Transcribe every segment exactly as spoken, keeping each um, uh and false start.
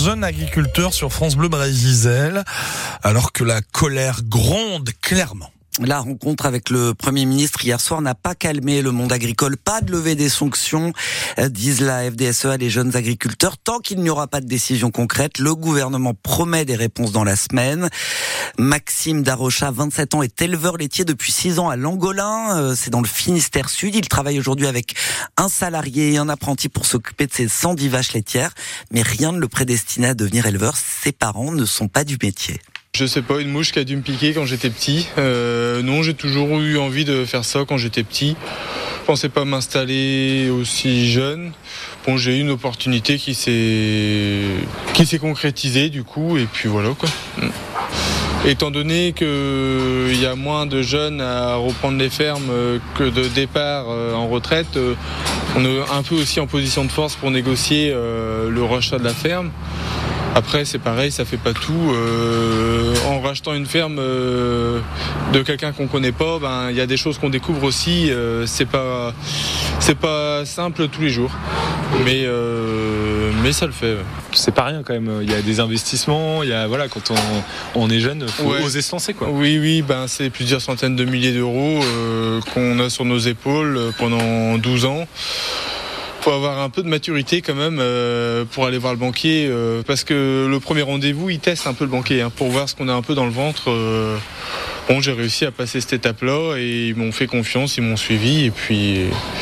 jeune agriculteur sur France Bleu Brésil, alors que la colère gronde clairement. La rencontre avec le Premier ministre hier soir n'a pas calmé le monde agricole. Pas de levée des sanctions, disent la F D S E A, les jeunes agriculteurs. Tant qu'il n'y aura pas de décision concrète, le gouvernement promet des réponses dans la semaine. Maxime Darocha, vingt-sept ans, est éleveur laitier depuis six ans à Langolin. C'est dans le Finistère Sud. Il travaille aujourd'hui avec un salarié et un apprenti pour s'occuper de ses cent dix vaches laitières. Mais rien ne le prédestinait à devenir éleveur. Ses parents ne sont pas du métier. Je sais pas, une mouche qui a dû me piquer quand j'étais petit. Euh, non, j'ai toujours eu envie de faire ça quand j'étais petit. Je pensais pas m'installer aussi jeune. Bon, j'ai eu une opportunité qui s'est qui s'est concrétisée du coup, et puis voilà quoi. Étant donné qu'il y a moins de jeunes à reprendre les fermes que de départ en retraite, on est un peu aussi en position de force pour négocier le rachat de la ferme. Après, c'est pareil, ça fait pas tout. Euh, en rachetant une ferme euh, de quelqu'un qu'on connaît pas, ben il y a des choses qu'on découvre aussi. Euh, c'est pas, c'est pas simple tous les jours, mais euh, mais ça le fait. C'est pas rien quand même. Il y a des investissements. Il y a voilà, quand on, on est jeune, faut ouais. oser se lancer quoi. Oui, oui, ben c'est plusieurs centaines de milliers d'euros euh, qu'on a sur nos épaules pendant douze ans. Faut avoir un peu de maturité quand même euh, pour aller voir le banquier euh, parce que le premier rendez-vous il teste un peu le banquier hein, pour voir ce qu'on a un peu dans le ventre. Euh, bon, j'ai réussi à passer cette étape-là et ils m'ont fait confiance, ils m'ont suivi et puis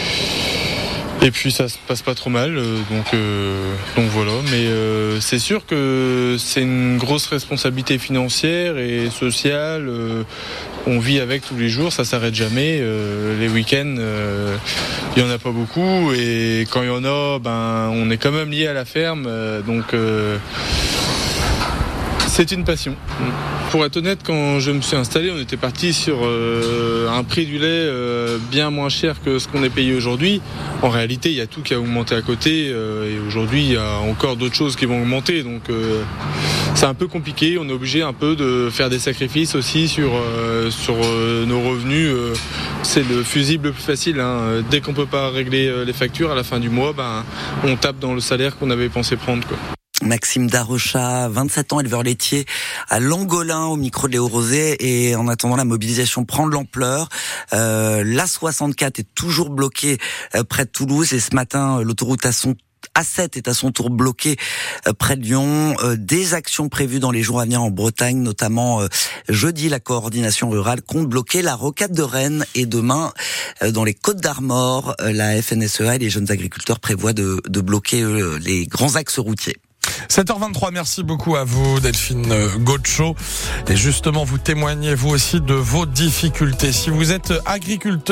et puis ça se passe pas trop mal euh, donc euh, donc voilà. Mais euh, c'est sûr que c'est une grosse responsabilité financière et sociale. Euh, on vit avec tous les jours, ça s'arrête jamais. Euh, les week-ends, euh, il y en a pas beaucoup et quand il y en a, ben on est quand même lié à la ferme, euh, donc euh, c'est une passion. Pour être honnête, quand je me suis installé, on était parti sur euh, un prix du lait euh, bien moins cher que ce qu'on est payé aujourd'hui. En réalité, il y a tout qui a augmenté à côté euh, et aujourd'hui, il y a encore d'autres choses qui vont augmenter. Donc, euh, c'est un peu compliqué. On est obligé un peu de faire des sacrifices aussi sur, euh, sur euh, nos revenus. Euh, c'est le fusible le plus facile. Hein. Dès qu'on peut pas régler les factures à la fin du mois, ben, on tape dans le salaire qu'on avait pensé prendre, quoi. Maxime Darocha, vingt-sept ans, éleveur laitier à Langolin, au micro de Léo Rosé. Et en attendant, la mobilisation prend de l'ampleur. Euh, l'A soixante-quatre est toujours bloquée euh, près de Toulouse. Et ce matin, euh, l'autoroute A sept est à son tour bloquée euh, près de Lyon. Euh, des actions prévues dans les jours à venir en Bretagne, notamment euh, jeudi, la coordination rurale compte bloquer la rocade de Rennes. Et demain, euh, dans les Côtes-d'Armor, euh, la F N S E A et les jeunes agriculteurs prévoient de, de bloquer euh, les grands axes routiers. sept heures vingt-trois, merci beaucoup à vous Delphine Gaucho. Et justement, vous témoignez vous aussi de vos difficultés. Si vous êtes agriculteur,